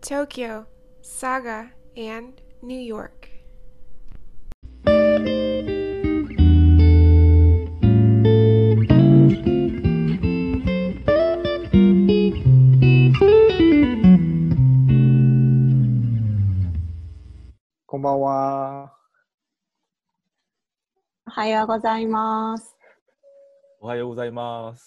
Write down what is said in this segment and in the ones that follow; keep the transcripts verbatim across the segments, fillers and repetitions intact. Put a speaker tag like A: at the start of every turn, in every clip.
A: Tokyo, Saga, and New York.
B: こんばんは。
C: おはようございます。
D: おはようございます。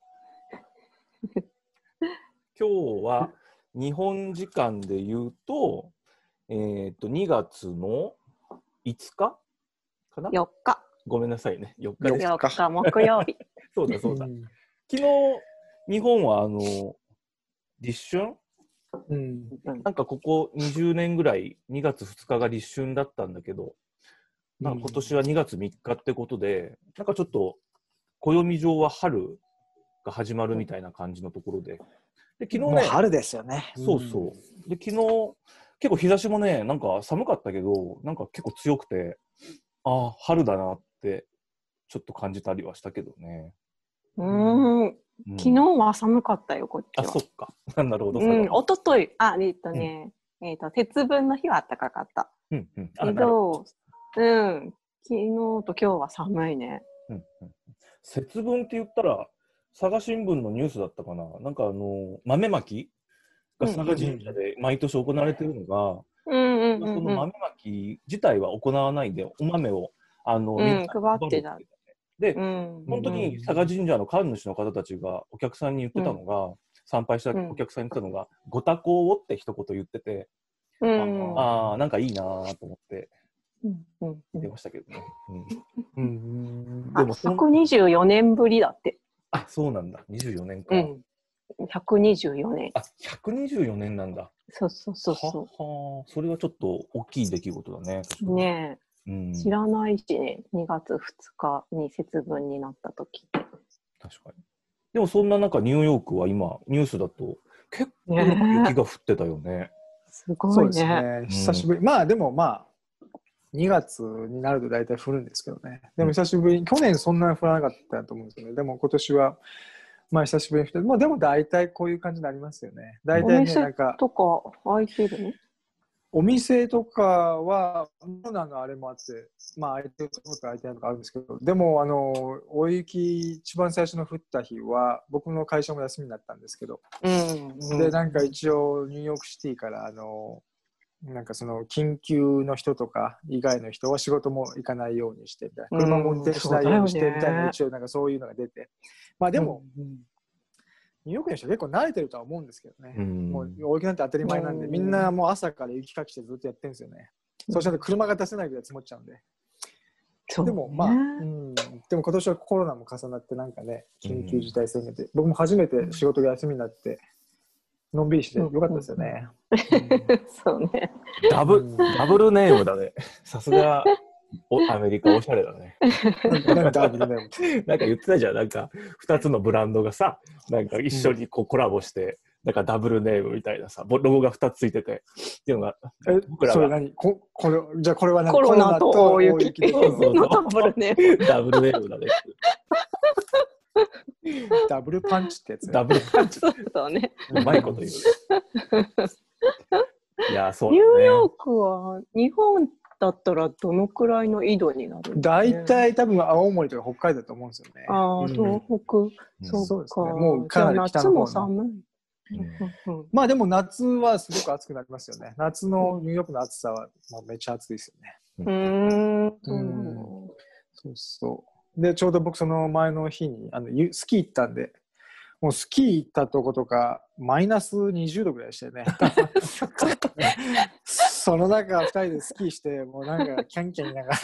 D: 今日は日本時間で言うと、えっとにがつのいつかかな？
C: よっか。
D: ごめんなさいね。よっかです。
C: よっか木曜日。
D: そうだそうだ。昨日日本はあの立春、うん、なんかここにじゅうねんぐらいにがつふつかが立春だったんだけど、なんか今年はにがつみっかってことで、なんかちょっと暦上は春が始まるみたいな感じのところで、で昨日ね、
B: もう春ですよね。
D: そうそう。で昨日結構日差しもね、なんか寒かったけど、なんか結構強くて、ああ春だなってちょっと感じたりはしたけどね。
C: うーん、うん、昨日は寒かったよこっちは。
D: あ、そっか。なるほど。
C: うん、一昨日あえっとね、うん、えっと節分の日は暖かかった。うんうん。けど、うん、昨日と今日は寒いね。
D: うんうん。節分って言ったら佐賀新聞のニュースだったかな。なんかあの豆まきが佐賀神社で毎年行われているのが、うんうんうんうん、その豆まき自体は行わないでお豆をあの、
C: うん、みんな配ってた。
D: で、うん、本当に佐賀神社の神主の方たちがお客さんに言ってたのが、うん、参拝したお客さんに言ったのが、うん、ご多幸をって一言言ってて、うん、ああなんかいいなと思って言ってましたけどね。
C: うんうんうん、でもひゃくにじゅうよねんぶりだって。
D: あ、そうなんだ。にじゅうよねんか。うん、
C: ひゃくにじゅうよねん。
D: あ、ひゃくにじゅうよねんなんだ。
C: そうそうそうそう。
D: はは、それはちょっと大きい出来事だね。
C: ねえ。うん、知らないしね、にがつふつかに節分になった時。
D: 確かに。でもそんな中ニューヨークは今ニュースだと結構雪が降ってたよね。
C: すごいね。
B: そうですね。久しぶり。うん、まあでもまあにがつになると大体降るんですけどね。でも久しぶりに、うん、去年そんなに降らなかったと思うんですけどね。でも今年はまあ久しぶりに降って、まあでも大体こういう感じになりますよね。大体ね、なんか
C: お店とか開いてるの？
B: お店とかは、コロナのあれもあって、まあ、空いてるところと空いてないとかあるんですけど、でも、あの、大雪、一番最初の降った日は、僕の会社も休みになったんですけど、うん、で、なんか一応、ニューヨークシティから、あの、なんかその、緊急の人とか以外の人は仕事も行かないようにして、みたいな、車も運転しないようにして、みたいな、一応、なんかそういうのが出て、まあでも、うんうんニューヨークの人は結構慣れてるとは思うんですけどね。うん、もう大雪なんて当たり前なんで、みんなもう朝から雪かきしてずっとやってるんですよね。うん、そうしたら車が出せないぐらい積もっちゃうんで。うん、でもまあ、うん、でも今年はコロナも重なってなんかね、緊急事態宣言で、うん、僕も初めて仕事が休みになって、のんびりしてよかったですよね。
C: そうね。
D: ダブ、ダブルネームだね。さすが。おアメリカおしゃれだね。なんか言ってたじゃん。なんかふたつのブランドがさ、なんか一緒にこうコラボして、なんかダブルネームみたいなさ、ロゴがふたつついてて、っていうのが
B: え僕らがそれ何ここれじゃあこれは何
C: コロナと大雪
D: そうそうそう
C: ダブルネーム。
D: ダブルネームだね。
B: ダブルパンチってやつ、ね。
D: ダブルパンチ。
C: そうね。
D: うまいこと言う。いやそう、
C: ね。ニューヨークは日本だったらどのくらいの緯度になるん
B: だ、ね、大体多分青森とか北海道だと思うんですよね。
C: ああ、東北、うん、そうか、ね。もうかなり北の方の。夏も寒い。
B: うん、まあでも夏はすごく暑くなりますよね。夏のニューヨークの暑さはもうめっちゃ暑いですよね。
C: うーん。うん、
B: そうそう。でちょうど僕その前の日にあのスキー行ったんで。もうスキー行ったとことかマイナスにじゅうどぐらいでしたよね。その中ふたりでスキーしてもうなんかキャンキャン言いながら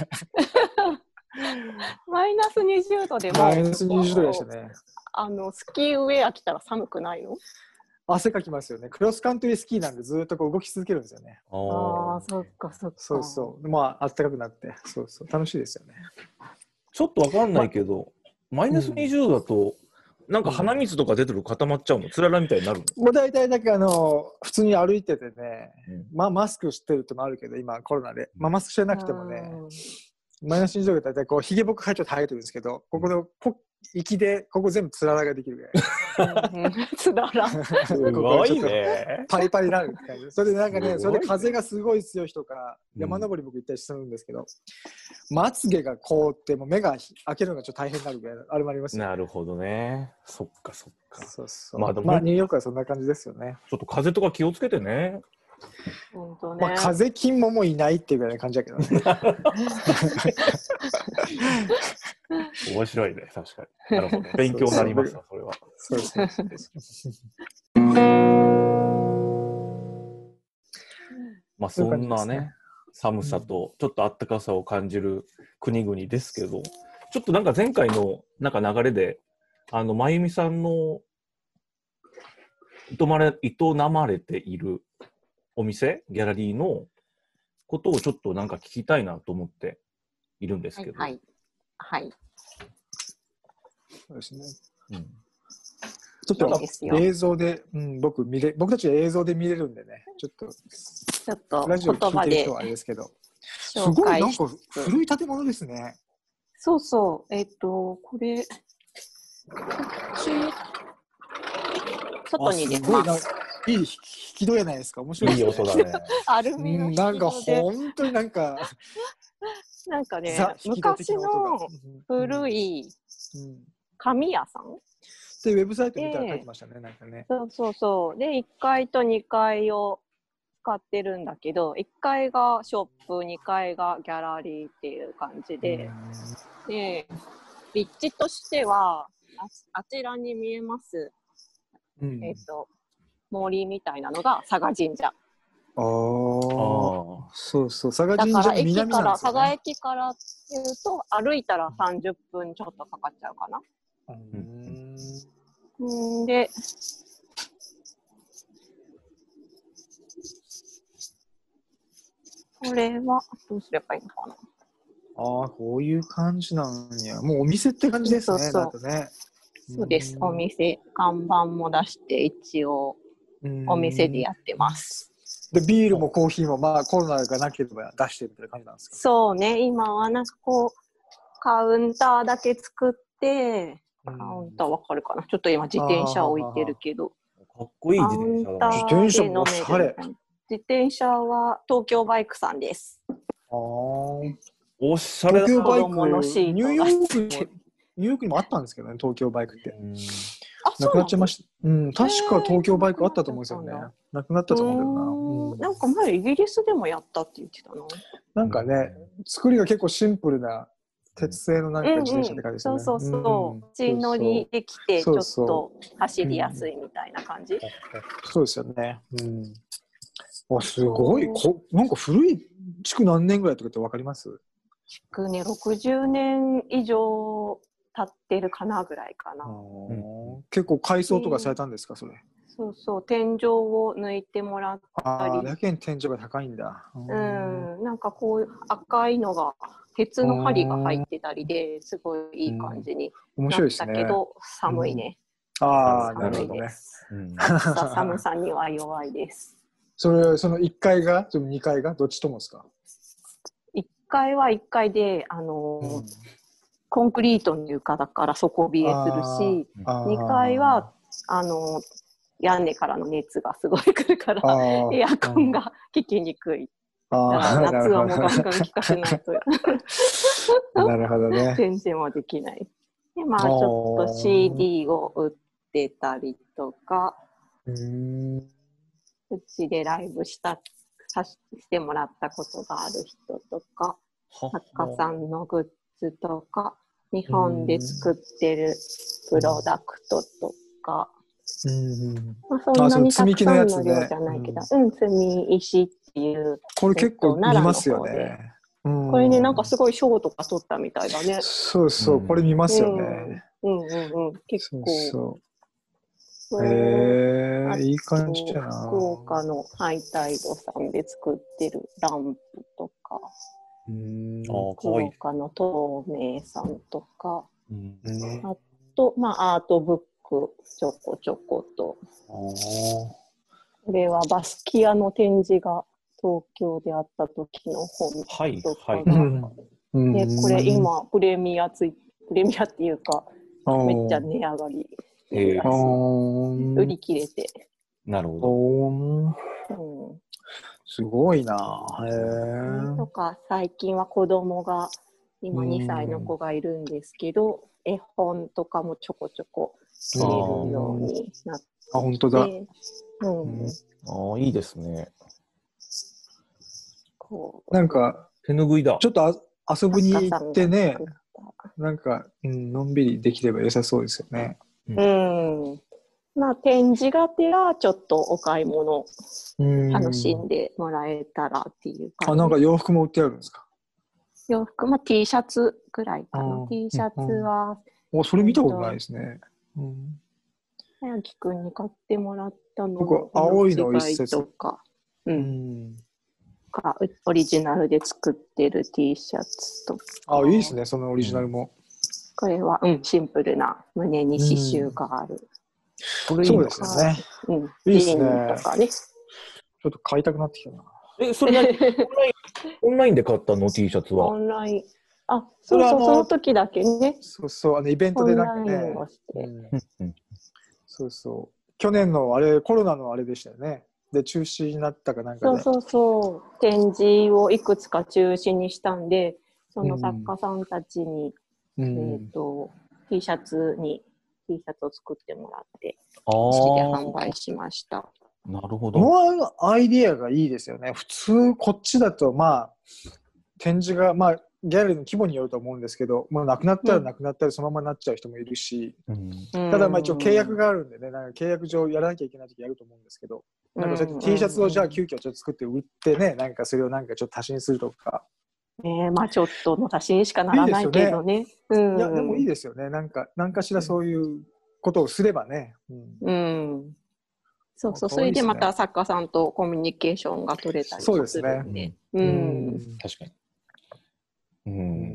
C: マイナスにじゅうどでも
B: マイナスにじゅうどでしたね。
C: あのスキーウェア着たら寒くないの？
B: 汗かきますよね。クロスカントリースキーなんでずっとこう動き続けるんですよね。
C: ああ、そっかそっか。
B: そうそう。まあ暖かくなってそうそう楽しいですよね。
D: ちょっとわかんないけど、ま、マイナスにじゅうどだと、うんなんか鼻水とか出てる固まっちゃうの、つららみたいになるの？
B: もう大体だけあの普通に歩いててね、うん、まあマスクしてるともあるけど今コロナで、まあ、マスクしてなくてもね、マイナスにじゅうどで大体こうひげ僕入っちゃって生えてるんですけど、ここのポッ息でここ全部つららができるぐらい。
C: つらら。
D: すごいね。
B: パリパリになるって感じ。それでなんかね、それで風がすごい強い人が山登り僕行ったりするんですけど、うん、まつげが凍ってもう目が開けるのがちょっと大変になるぐらいあれもありますよ。
D: なるほどね。そっかそっか。
B: そうそう。
D: まあでも、
B: まあ、ニューヨークはそんな感じですよね。
D: ちょっと風とか気をつけてね。
C: 本当ね。
B: まあ風金ももういないっていうぐらいな感じだけどね。
D: 面白いね、確かに。なるほど。勉強になりました、それは。そうですね。まあそんなね、寒さとちょっと暖かさを感じる国々ですけど、ちょっとなんか前回のなんか流れで、あの、まゆみさんの営まれ、営まれているお店、ギャラリーのことをちょっとなんか聞きたいなと思っているんですけど。
C: はい。はい。はい、
B: そうですね。
C: うん、
B: ちょっと映像で、うん、僕見れ、僕たちは映像で見れるんでね、ちょっと、
C: ちょっと
B: ラジオ聞いてる人はあれですけど、すごいなんか古い建物ですね。
C: そうそう、えっと、これ、こっち、外に出ます。
B: いい引き戸やないですか。面白い、
D: ね。いい音だね。
C: アルミの引き戸で。
B: なんか本当になんか
C: なんかね、昔の古い紙屋さん
B: で、ウェブサイト見たら書いてましたね、なんかね。
C: そうそうそう。で、いっかいとにかいを使ってるんだけど、いっかいがショップ、にかいがギャラリーっていう感じで、で、立地としては、あ, あちらに見えます、うん、えっと、森みたいなのが佐賀神社。
B: ああ、そうそう、佐賀神社の南なんですよね。だから駅から、
C: 佐賀駅からっていうと、歩いたらさんじゅっぷんちょっとかかっちゃうかな。うん、で、これはどうすればいいのかな。
B: ああ、こういう感じなんや。もうお店って感じですね。
C: そうそう
B: だとね。
C: そうです。お店、看板も出して一応お店でやってます。
B: で、ビールもコーヒーもまあコロナがなければ出してるみたいな感じなんですか。
C: そうね。今はなんかこうカウンターだけ作って、カウンターわかるかな。ちょっと今自転車置いてるけど。
D: かっこいい自転車だね。
B: 自転車もおしゃれ。
C: 自転車は東京バイクさんです。
B: ああ。
D: おしゃれだな。
B: 東京バイクのシートニューヨークにもニューヨークにもあったんですけどね、東京バイクって。なくなっちゃいました。うん、確か東京バイクあったと思うんですよね。なくなったと思うんだよな。
C: なんか前イギリスでもやったって言ってたな。
B: なんかね、作りが結構シンプルな鉄製のなんか自転車って感じですね。
C: そうそうそう。血乗りできてちょっと走りやすいみたいな感じ。
B: そうですよね。うん。あ、すごいこなんか古い築何年ぐらいとかってわかります？
C: 築ねろくじゅうねん以上経ってるかなぐらいかな。
B: うん、結構改装とかされたんですか、それ。
C: そうそう、天井を抜いてもらったり。
B: ああ、やけん天井が高いんだ。
C: うん、なんかこう赤いのが鉄の針が入ってたりですごいいい感じになったけど、寒いね。
B: ああ、なるほどね。
C: 寒さには弱いです。
B: それそのいっかいが、そのにかいがどっちともですか？
C: いっかいはいっかいであのーうん、コンクリートの床だから底冷えするし、にかいはあのー、屋根からの熱がすごい来るからエアコンが効きにくい。だから夏はもうガンガン効かせないと
B: なるほどね。
C: 全然はできない。でまあちょっと シーディー を売ってたりとか、うーんうちでライブしたさしてもらったことがある人とか、作家さんのグッズとか、日本で作ってるプロダクトとか、うんまあ、そんなにたくさんの量じゃないけど、うん、積み石っていう。
B: これ結構見ますよね。
C: これね、なんかすごい賞とか取ったみたいだね。
B: そうそう、これ見ますよね。
C: うんうんうん、結構。そうそう
B: へえ、いい感じだな。
C: 福岡のハイタイドさんで作ってるランプとか、うん福岡の透明さんとか、うんあと、まあ、アートブックちょこちょこと、これはバスキアの展示が東京であった時の本とかが、はいはい、でこれ今プレミアついプレミアっていうかめっちゃ値上がりしてるらしい。売り切れて。
D: なるほど。
B: うん、すごいな。へ
C: ーとか最近は子供が今にさいの子がいるんですけど、絵本とかもちょこちょこ見れるようになって。
B: あ、本当だ。うん
D: うん、あ、いいですね。
B: こうなんか
D: 手ぬぐいだ。
B: ちょっとあ遊びに行ってね、なんか、うん、のんびりできれば良さそうですよね。
C: うん。うん、まあ展示がてらちょっとお買い物楽しんでもらえたらっていう感じ。
B: あ、なんか洋服も売ってあるんですか？
C: 洋服、まあ T シャツぐらいかな。T シャツは。
B: お、それ見たことないですね。うん。
C: 早木くんに買ってもらったの
B: 僕青いの一節
C: とか、うん。うんかオリジナルで作ってる T シャツとか。
B: あ、いいですね、そのオリジナルも。うん、
C: これは、うん、シンプルな胸に刺繍がある。
B: うん、そうですよね。
C: うん、
B: いいですね。
C: とかね。
B: ちょっと買いたくなってきたな。
D: え、それ何オンライン、オンラインで買ったの T シャツは。
C: オンライン。あ、そうそう、その時だけね。
B: そうそう、あのイベントでなんかね。うん、そうそう。去年のあれ、コロナのあれでしたよね。で、中止になったかなんかで。
C: そうそうそう。展示をいくつか中止にしたんで、その作家さんたちに、うん、えっと、T シャツに、T シャツを作ってもらって、うちで販売しました。
D: なるほど。
B: このアイディアがいいですよね。普通、こっちだと、まあ、展示が、まあ、ギャラリーの規模によると思うんですけど、もうなくなったらなくなったらそのままなっちゃう人もいるし、うん、ただまあ一応契約があるんでね、なんか契約上やらなきゃいけない時やると思うんですけど、なんかそうやって T シャツをじゃあ急遽ちょっと作って売ってね、なんかそれをなんかちょっと足しにするとか。
C: えー、まあちょっとの足しにしかならないけどね。いいですよね。うん、
B: いや、でもいいですよね。なんか、なんかしらそういうことをすればね。
C: うん。うん、そうそう、それでまた作家さんとコミュニケーションが取れたりするんで。そうですね。うん。うん、
D: 確かに。うん。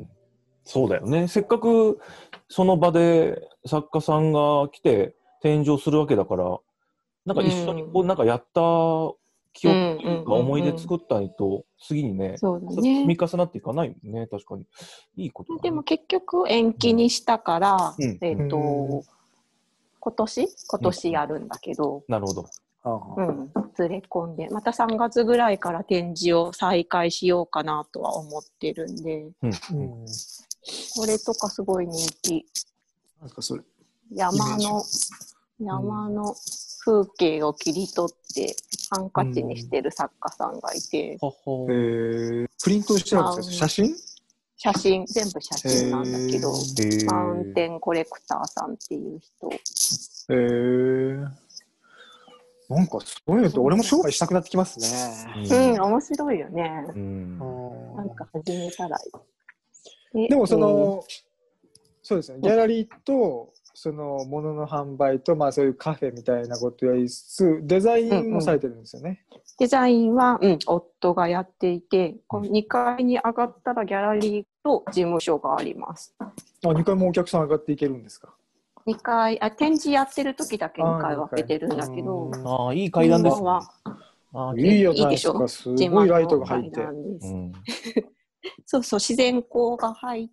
D: そうだよね。せっかくその場で作家さんが来て展示をするわけだから、なんか一緒にこう、なんかやった記憶というか思い出作ったりと、次にね、
C: そうだね、
D: 積み重なっていかないもんね、確かに。いいことだね。
C: でも結局延期にしたから、うん、えっと、うん、今年今年やるんだけど、うん、
D: なるほど。
C: うん、ずれ込んで、またさんがつぐらいから展示を再開しようかなとは思ってるんで、うんうん、これとかすごい人気。
B: なんかそれ
C: 山の山の風景を切り取ってハンカチにしてる作家さんがいて、
B: うん、えー、プリントしてあるんですか？写真？
C: 写真、全部写真なんだけど、マウンテンコレクターさんっていう人。
B: へー、なんかそういうのって俺も紹介したくなってきますね。
C: うん、面白いよね。うん、なんか始めたらいい。
B: でもその、そうですね、ギャラリーとその物の販売と、まあそういうカフェみたいなことやりつつ、デザインもされてるんですよね。
C: うんうん、デザインは、うん、夫がやっていて、このにかいに上がったらギャラリーと事務所があります。
B: あ、にかいもお客さん上がっていけるんですか？
C: にかい、あ、展示やってる時だけにかい分けてるんだけど、
D: ああ、いい階段ですね。
B: あ、いいじゃないですか。すごいライトが入って。
C: うん、そうそう、自然光が入って、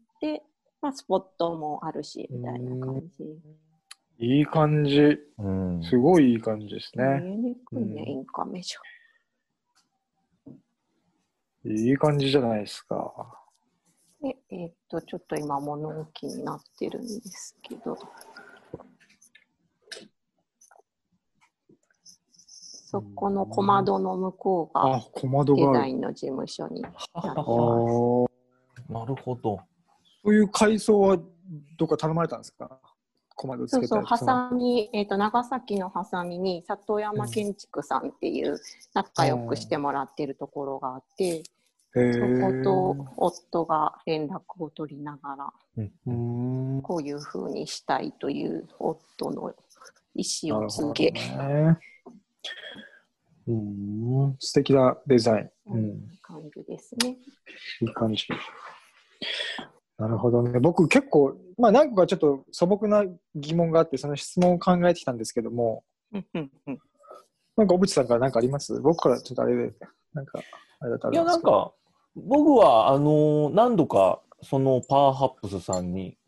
C: まあ、スポットもあるし、みたいな感じ。
B: いい感じ。うん、すごいいい感じですね。
C: ユニークね、インカメじ
B: ゃん。いい感じじゃないですか。
C: で、えー、っと、ちょっと今物置になってるんですけど、そこの小窓の向こうがデザインの事務所になってます。
D: なるほど。
B: そういう改装はどっか頼まれたんですか？小窓つけたり。
C: そうそう、ハサミ、えーと、長崎のハサミに里山建築さんっていう仲良くしてもらってるところがあって、そこと夫が連絡を取りながら、うん、こういう風にしたいという夫の意思を告げ、
B: うん、素敵なデザイン。
C: うん、感じですね。
B: いい感じ。なるほどね。僕結構、まあ何個かちょっと素朴な疑問があって、その質問を考えてきたんですけども、なんか小渕さんから何かあります？僕からちょっとあれで、なんか、あれだったら。
D: いや、なんか、僕は、あのー、何度か、そのパワーハップスさんに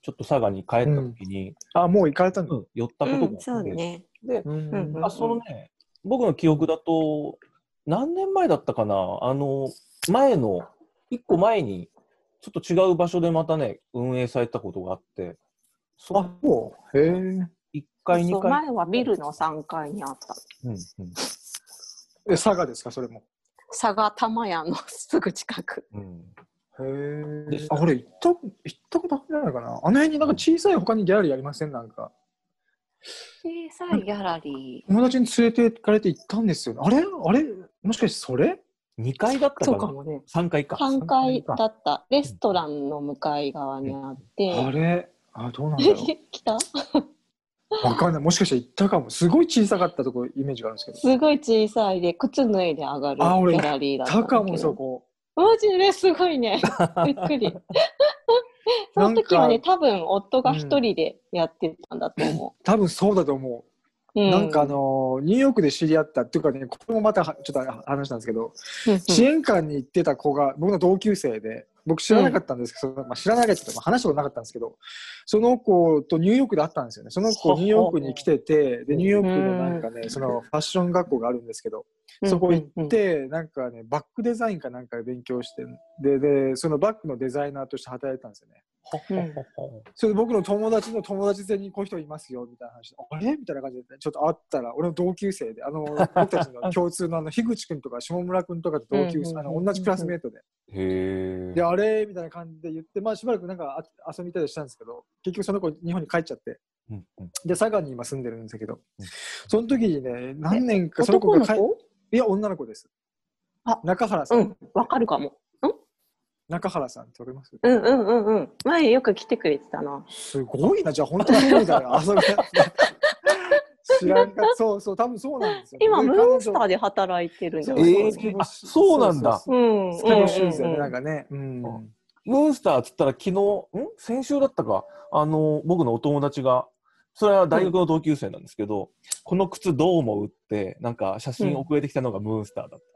D: ちょっと佐賀に帰った時に、うん、
B: あ、もう行かれたの、
D: うん、寄ったことがあって、うん、
C: そうね。
D: で、うん、あそのね、僕の記憶だと、何年前だったかな、あの、前の、一個前に、ちょっと違う場所でまたね、運営されたことがあって、
B: そあ、そう。へえ。
D: いっかい、にかい。
C: 前はビルのさんかいにあった。
B: うんうん、え、佐賀ですか、それも。
C: 佐賀玉屋のすぐ近く。うん、
B: へえ。あ、これ行った、行ったことあるのかな。あの辺になんか小さい他にギャラリーありません？なんか。
C: 小さいギャラリー。
B: 友達に連れて行かれて行ったんですよね。あれあれもしかしてそれ？
D: にかいだったかな。
C: そうかもね。
D: さんかいか。
C: さんかいだった。レストランの向かい側にあって。
B: あれあ、どうなんだろう。
C: 来た
B: わかんない。もしかして行ったかも。すごい小さかったところイメージがあるんですけど。
C: すごい小さいで、靴脱いで上がるギャラリーだったんだけど。あ、俺行ったかも、そこ。マジですごいね。びっくり。その時はね、多分夫が一人でやってたんだと思う。
B: うん、多分そうだと思う。うん、なんかあのニューヨークで知り合ったっていうかね、これもまたちょっと話したんですけど、支援館に行ってた子が僕の同級生で、僕知らなかったんですけど、うん、まあ、知らなかったって話したことなかったんですけど、その子とニューヨークで会ったんですよね。その子ニューヨークに来てて、でニューヨークのなんかね、そのファッション学校があるんですけど、そこ行ってなんかね、バッグデザインかなんかで勉強して、ででそのバッグのデザイナーとして働いてたんですよね。うん、それで僕の友達の友達全にこういう人いますよみたいな話で、あれみたいな感じで、ね、ちょっと会ったら俺の同級生で、あの僕たちの共通のあの樋口君とか下村君とかと同級生、あの同じクラスメートで、
D: へ
B: であれみたいな感じで言って、まあしばらくなんか遊びたりしたんですけど、結局その子日本に帰っちゃって、うんうん、で佐賀に今住んでるんですけど、うん、その時にね、何年かその子が帰っいや女の子です。あ、中原さん。
C: うん、わかるかも。
B: 中原さんってわかります？
C: うんうんうんうん。前よく来てくれてたな。
B: すごいな、じゃあ本当にそうだよ。あそこ知らんかった。そうそう、多分そうなんですよ。
C: 今ムーンスターで働いてるんじゃ
D: ないですか。えー、あ、そうなんだ。
C: うん。
B: スタイルシューズでね、なんかね。うん。
D: ムーンスターっつったら昨日、ん先週だったか、あの僕のお友達が。それは大学の同級生なんですけど、うん、この靴どう思うってなんか写真送れてきたのがムーンスターだった。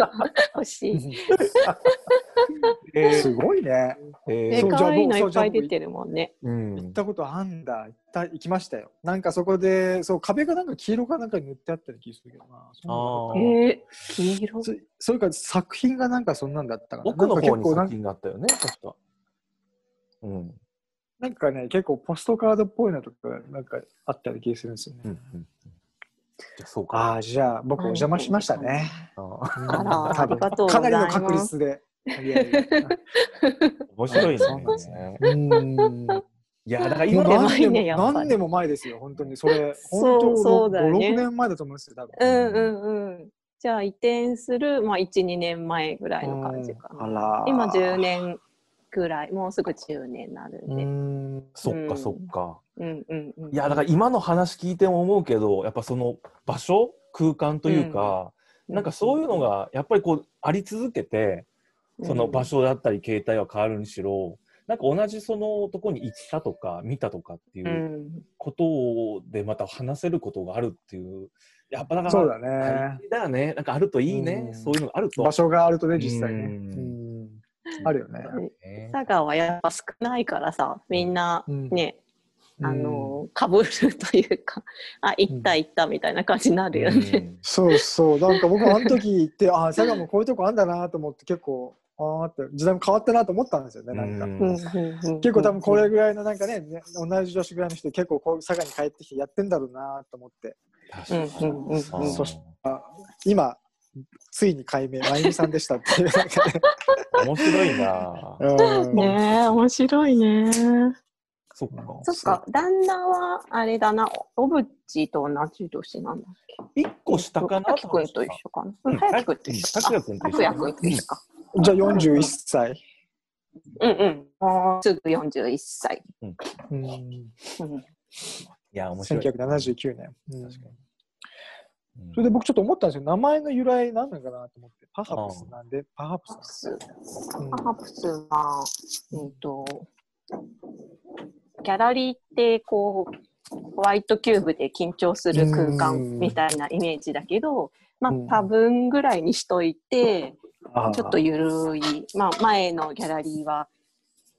C: うん、欲しい。
B: えー、すごいね。
C: えー、かわいいのいっぱい出てるもんね。
B: うん、行ったことあんだ。行った行きましたよ。なんかそこでそう壁がなんか黄色かなんか塗ってあったり気がするけどな。
C: あえー、黄色。
B: そ, それから作品がなんかそんなんだったかな。
D: 奥の方に作品があったよね、確か。
B: うん。なんかね、結構ポストカードっぽいのとかなんかあったり気がするんですよね。うんうん、
D: じゃあそうか。
B: ああ、じゃあ僕お邪魔しましたね。
C: あら、ありがとうご
B: か
C: ざいます。
B: なりの確率で。いやいや
D: 面白いね。
B: うんいや、だから今何年も、ね、何年も前ですよ、本当に。それ、本当
C: そうだよね、
B: ご、ろくねんまえだと思いますよ、多分。
C: うんうんうん。じゃあ移転する、まあ、いち、にねんまえぐらいの感じかな。あら今じゅうねんぐらい、もうすぐじゅうねんになるんで。
D: うんそっかそっか。
C: うんうんうん、
D: いや、だから今の話聞いても思うけど、やっぱその場所、空間というか、うん、なんかそういうのがやっぱりこうあり続けて、その場所だったり携帯は変わるにしろ、なんか同じそのとこに行ったとか見たとかっていうことでまた話せることがあるっていう、やっぱだから
B: そうだね。
D: だよね。なんかあるといいね。うそういうのがあると。
B: 場所があるとね、実際ね。うんあるよね。
C: 佐賀はやっぱ少ないからさ、みんなね、うん、あのかぶるというか、あ行った行ったみたいな感じになるよね。うん、
B: そうそう、なんか僕もあの時行ってあ佐賀もこういうとこあんだなと思って結構あって時代も変わったなと思ったんですよね。なんか、うん、結構多分これぐらいのなんかね、ね同じ女子ぐらいの人結構こう佐賀に帰ってきてやってんだろうなと思って。そして今ついに解明まゆみさんでしたっていう
D: 面白いな。
C: うん、ねえ面白いね。
D: そっか。
C: そっか、旦那はあれだな、おぶっちと同じ年なんだっ
D: け。一個下かな。
C: はきくんと一緒かな。うん、はやきくんと一緒か。はやくんと一緒か。
B: じゃあよんじゅういっさい。
C: うんうん。もうすぐよんじゅういっさい。うん。うん。
D: いや面白い。
B: せんきゅうひゃくななじゅうきゅうねん。確かに。それで僕ちょっと思ったんですよ。名前の由来何なのかなと思って。パハプスなんでパハプス。
C: うん、パハプスは、えっと、ギャラリーってこうホワイトキューブで緊張する空間みたいなイメージだけど、まあ多分ぐらいにしといて、ちょっとゆるい、まあ前のギャラリーは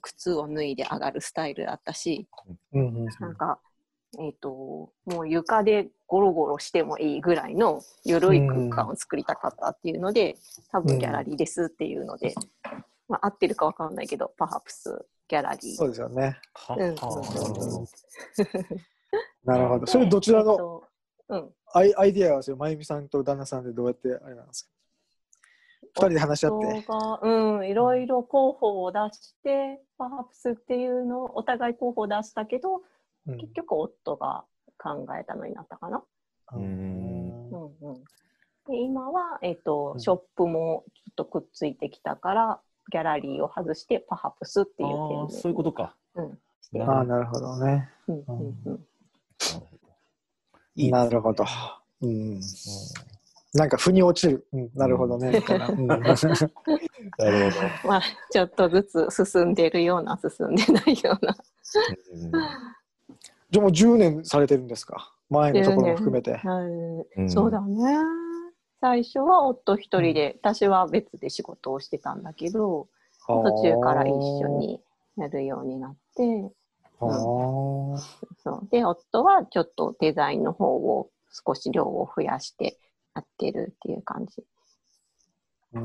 C: 靴を脱いで上がるスタイルだったし、
B: うんうんうん、
C: なんか、えーと、もう床でゴロゴロしてもいいぐらいの緩い空間を作りたかったっていうので、多分ギャラリーですっていうので、まあ、合ってるかわかんないけど、パハプスギャラリー。
B: そうですよね。
C: うんうんうん、
B: なるほど。それどちらの、
C: えーとうん、
B: アイ、アイディアはそれまゆみさんと旦那さんでどうやってあれなんですか？ふたりで話し合って。
C: がうん、いろいろ候補を出して、パハプスっていうのをお互い候補を出したけど、うん、結局夫が考えたのになったかな。うんうんうん、で今は、えーと、ショップもちょっとくっついてきたから、ギャラリーを外してパハプスっていう点
D: で。そういうことか。
C: うん、
B: してああ、なるほどね。
C: うんうんうん、
B: いいなるほど。うんうん、なんか腑に落ちる。うん、なるほどね。みたいな。うん、なるほど。
C: まあ、ちょっとずつ進んでるような、進んでないような。
B: じゃあもうじゅうねんされてるんですか？前のところも含めて。
C: うん、そうだね。最初は夫一人で、うん、私は別で仕事をしてたんだけど、途中から一緒にやるようになって、うん、そうで、夫はちょっとデザインの方を少し量を増やしてやってるっていう感じ。うん、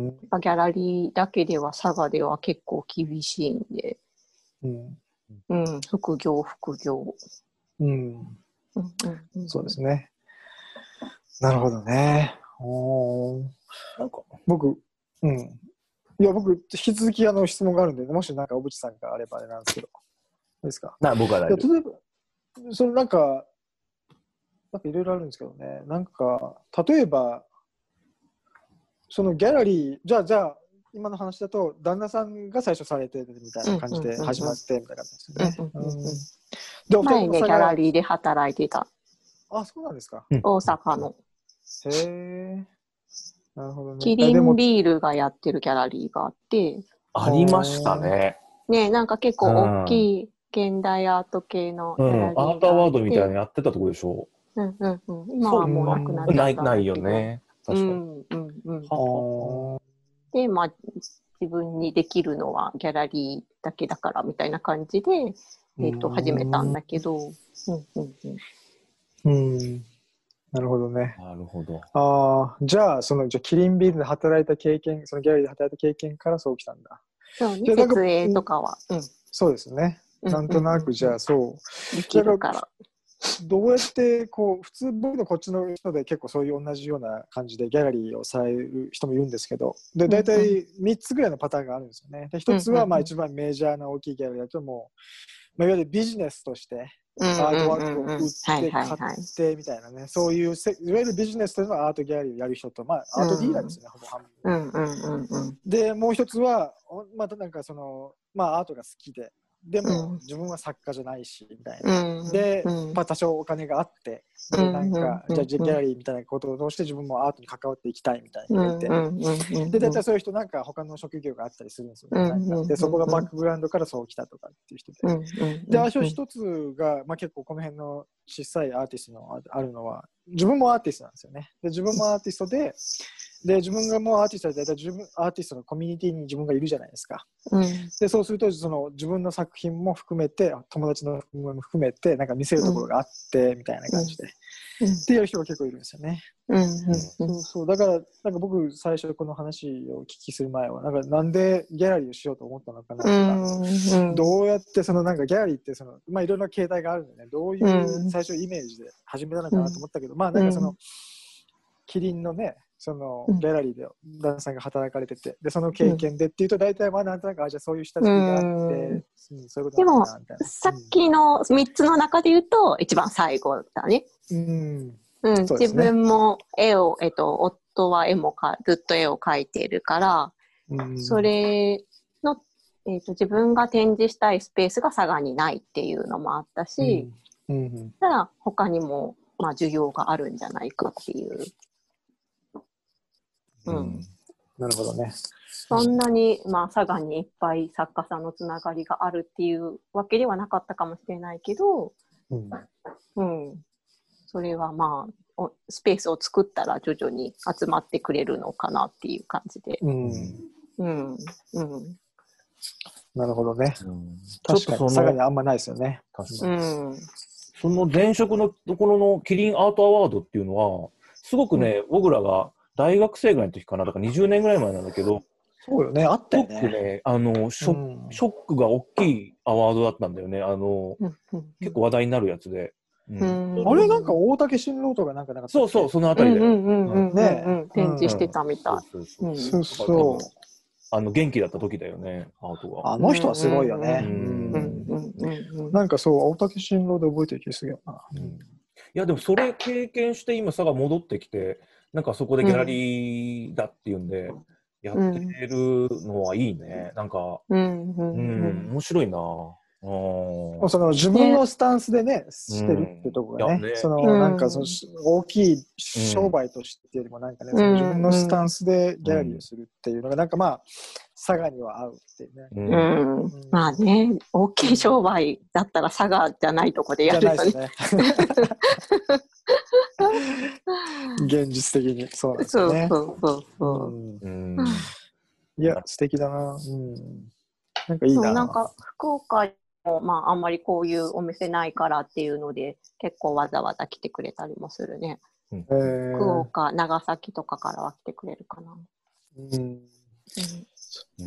C: ギャラリーだけでは佐賀では結構厳しいんで、うんうん、副業副業、
B: うんうんうん、そうですね。なるほどね。おなんか僕、うん。いや、僕、引き続きあの質問があるんで、もしなんか小渕さんがあればあれなんですけど。いいですか？
D: な、僕は大丈夫。
B: 例えば、そのなんか、なんかいろいろあるんですけどね。なんか、例えば、そのギャラリー、じゃあ、じゃあ、今の話だと、旦那さんが最初されてるみたいな感じで始まってみたいな感じです
C: ね。前ね、ギャラリーで働いてた。
B: あ、そうなんですか。
C: 大阪の。
B: へえ。なるほどね。
C: キリンビールがやってるギャラリーがあって。
D: ありましたね。
C: ね、なんか結構大きい現代アート系のギャラリーがあって、
D: うん、アートアワードみたいなのやってたとこでしょ。
C: うんうんうん。今はもうなくなっちゃったんだけど。
D: ない、ないよね。確かに。
C: うんうんうん。はで、まあ、自分にできるのはギャラリーだけだからみたいな感じで、えっと、始めたんだけど。うんうん
B: うん。うんなるほどね。
D: なるほど。
B: ああ、じゃあ、その、じゃあ、キリンビールで働いた経験、そのギャラリーで働いた経験からそう来たんだ。
C: そうね、設営とかは。
B: うん、そうですね。なんとなく、じゃあ、そう。
C: できるから。
B: どうやって、こう、普通僕のこっちの人で結構そういう同じような感じでギャラリーをされる人もいるんですけど、で、大体みっつぐらいのパターンがあるんですよね。で、ひとつは、まあ、一番メジャーな大きいギャラリーだともう、まあ、いわゆるビジネスとして、アートワークを売って買ってみたいなね、そういうせいわゆるビジネスというのはアートギャラリーをやる人と、まあ、アートディーラーですね、ほぼ半分。で、もう一つは、またなんかその、まあ、アートが好きで、でも自分は作家じゃないしみたいな。で、まあ、多少お金があって、で、なんか、じゃあギャラリーみたいなことをして自分もアートに関わっていきたいみたいな人がいて、で、大体そういう人なんか他の職業があったりするんですよね。なんかで、そこがバックグラウンドからそう来たとかっていう人で。で、あと一つが、まあ、結構この辺の小さいアーティストのあるのは、自分もアーティストなんですよね。で、自分もアーティストで、で、自分がもうアーティストで大体自分、アーティストのコミュニティに自分がいるじゃないですか。うん、で、そうすると、その自分の作品も含めて、友達の作品も含めて、なんか見せるところがあって、みたいな感じで。うん、っていう人が結構いるんですよね。うんうんうん、そうそう。だから、なんか僕、最初この話をお聞きする前は、なんかなんでギャラリーをしようと思ったのかなとか、うんうん、どうやってそのなんかギャラリーってその、まあいろんな形態があるんでね、どういう最初イメージで始めたのかなと思ったけど、うん、まあなんかその、キリンのね、そのギャラリーで旦那さんが働かれてて、でその経験でっていうと大体まあなんとなくあじゃあそういう下地があって、うん、そういうことなのかなみたいな。
C: でもさっきのみっつの中で言うと一番最後だね。うんうんね、自分も絵を、えっと、夫は絵もかずっと絵を描いているから、うん、それの、えっと、自分が展示したいスペースが佐賀にないっていうのもあったし、うんうんうん、ただ他にも、まあ、需要があるんじゃないかっていう。
B: うん、なるほどね。
C: そんなに、まあ、佐賀にいっぱい作家さんのつながりがあるっていうわけではなかったかもしれないけど、うんうん、それはまあスペースを作ったら徐々に集まってくれるのかなっていう感じで。うんうんうん、
B: なるほどね。
D: うん、
B: 確かに佐賀にあんまないですよね。
D: 確かに、うん、その前職のところのキリンアートアワードっていうのはすごくね、うん、僕らが大学生ぐらいの時かな、だからにじゅうねんぐらい前なんだけど、
B: そうよね、あったよね。
D: すごくね、あのショ、うん、ショックが大きいアワードだったんだよね。あの、うんうん、結構話題になるやつで。
B: うん、あれなんか大竹新郎とかなんかなかったっけ？
D: そうそう、そのあたりで。
C: ね、展示してたみたい。
D: そうそうそう。あの元気だった時だよね、アートが。
B: あの人はすごいよね。なんかそう、大竹新郎で覚えてる気がするよな。
D: うん、いや、でもそれ経験して今佐賀戻ってきて、なんかそこでギャラリーだっていうんで、うん、やってるのはいいね。なんか、うん、うん、面白いな。
B: その自分のスタンスでね、ねしてるってとこが ね, ねそのなんかその大きい商売としてっていうよりもなんかね、うん、その自分のスタンスでギャラリーをするっていうのがなんかまあ佐賀には合うっていうね、
C: うんうん、まあね、大きい商売だったら佐賀じゃないとこでやるよね。じゃないですね
B: 現実的にそうなんですよね。
C: そうそうそうそう、
B: うんうん、いや素敵だな、うん、なんかいいな。
C: そうなんか福岡まあ、あんまりこういうお店ないからっていうので結構わざわざ来てくれたりもするね、うん、福岡、長崎とかからは来てくれるかな、うんうん
D: うん、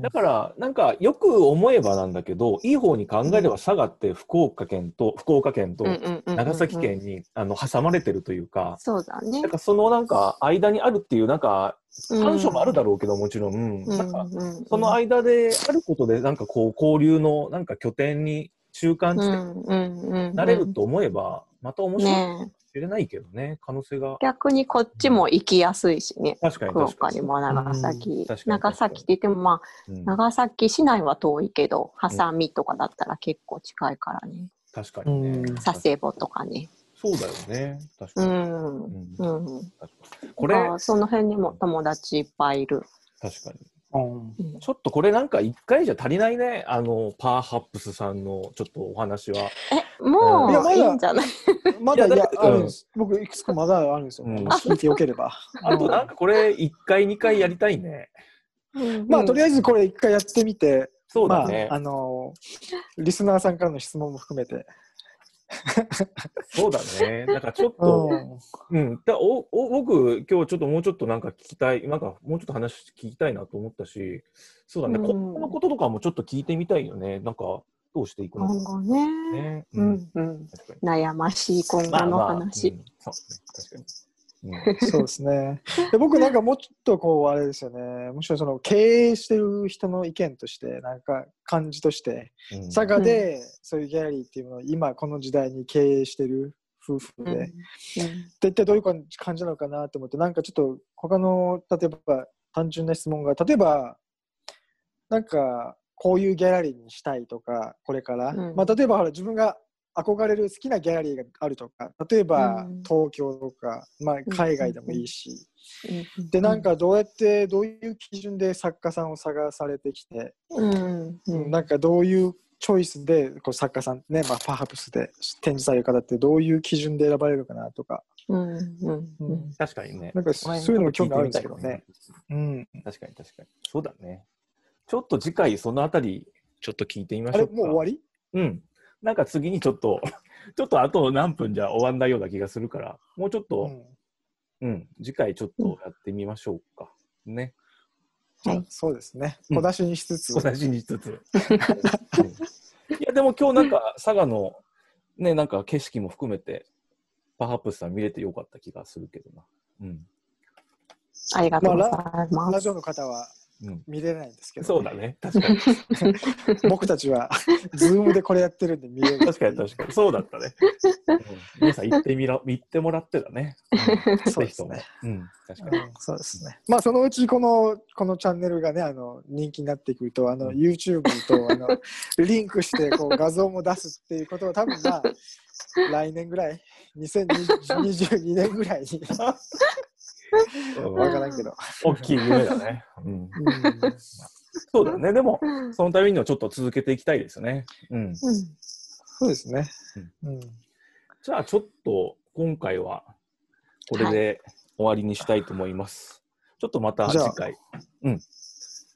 D: だからなんかよく思えばなんだけど、いい方に考えれば佐賀って福岡県と福岡県と長崎県にあの挟まれてるというか、
C: そうだね。
D: なんかそのなんか間にあるっていうなんか短所もあるだろうけど、もちろん、うん、なんかその間であることでなんかこう交流のなんか拠点に中間地点になれると思えばまた面白いかもしれないけどね、ね、可能性が。
C: 逆にこっちも行きやすいしね。
D: 確かに
C: 福岡にも長崎、うん、長崎って言ってもまあ、うん、長崎市内は遠いけど波佐見とかだったら結構近いからね。
D: 確かにね。
C: 佐世保とかね。
D: そうだよね。確かに。うん
C: うんうん、これその辺にも友達いっぱいいる。
D: 確かに。うん、ちょっとこれなんかいっかいじゃ足りないね、あのパーハップスさんのちょっとお話は。
C: え、もう、うん、いやまだいいんじゃない？
B: まだいやあるんです、うん、僕いくつかまだあるんですよ、うん、聞いてよければ。
D: あとなんかこれいっかいにかいやりたいね。
B: まあとりあえずこれいっかいやってみて、
D: そうだね、
B: まあ、あのリスナーさんからの質問も含めて。
D: そうだね。なんかちょっと、うん、うん、だおお僕今日ちょっともうちょっとなんか聞きたい、なんかもうちょっと話聞きたいなと思ったし、そうだね。今後のこととかもちょっと聞いてみたいよね。なんかどうしていくのか。
C: 今後ね。ね、うんうん、悩ましい今後の話。まあまあうん、そうね、
B: 確かに。うん、そうですね。で僕なんかもうちょっとこうあれですよね。むしろその経営してる人の意見としてなんか感じとして、うん、佐賀でそういうギャラリーっていうのを今この時代に経営してる夫婦で、うんうん、一体どういう感じなのかなと思って、なんかちょっと他の例えば単純な質問が例えばなんかこういうギャラリーにしたいとかこれから、うん、まあ例えばほら自分が憧れる好きなギャラリーがあるとか、例えば、うん、東京とか、まあ、海外でもいいし、うん、でなんかどうやってどういう基準で作家さんを探されてきて、うんうん、なんかどういうチョイスでこう作家さんね、まあ、パーハプスで展示される方ってどういう基準で選ばれるかなとか、
D: うんうんうん、確かにね、
B: なんかそういうのも興味あるんですけどね。
D: うん、確かに確かにそうだね。ちょっと次回そのあたりちょっと聞いてみましょうか。
B: あれもう終わり？
D: うん。なんか次にちょっとちょっとあと何分じゃ終わんないような気がするから、もうちょっと、うん、うん、次回ちょっとやってみましょうか。ね。
B: はい。そうですね。小出しにしつつ。
D: 小出しにしつつ。いや、でも今日なんか佐賀のね、なんか景色も含めて、パーハップスさん見れてよかった気がするけどな。うん。
C: ありがとうございます。
B: まあ、ラジオの方は、うん、見れないんですけど、
D: ね、そうだね、確かに
B: 僕たちはズームでこれやってるんで見れる。
D: 確かに確かにそうだったね、うん、皆さん行ってみら行ってもらってだね、
B: うん、そうですね、うん、確かに、うん、そうですね。まあそのうちこのこのチャンネルがねあの人気になってくるとあの、うん、YouTube とあのリンクしてこう画像も出すっていうことは多分まあ来年ぐらいにせんにじゅうにねんぐらいにわからんけど
D: 大きい夢だね、うん、そうだね。でもそのためにはちょっと続けていきたいですね、うんうん、
B: そうですね、
D: うん、じゃあちょっと今回はこれで終わりにしたいと思います、はい、ちょっとまた次回、うん、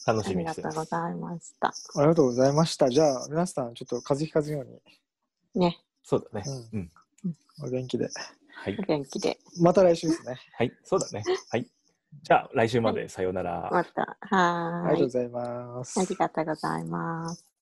D: 楽しみにしてます。
C: ありがとうございました。
B: ありがとうございました。じゃあ、皆さん、ちょっと風邪ひかずように。
C: ね。
D: そうだね。
B: うん。うん、お元気で。
D: はい。
C: お元気で。
B: また来週ですね。
D: はい、そうだね。はい。じゃあ、来週まで、さようなら。
C: また。はーい。
B: ありがとうございます。
C: ありがとうございます。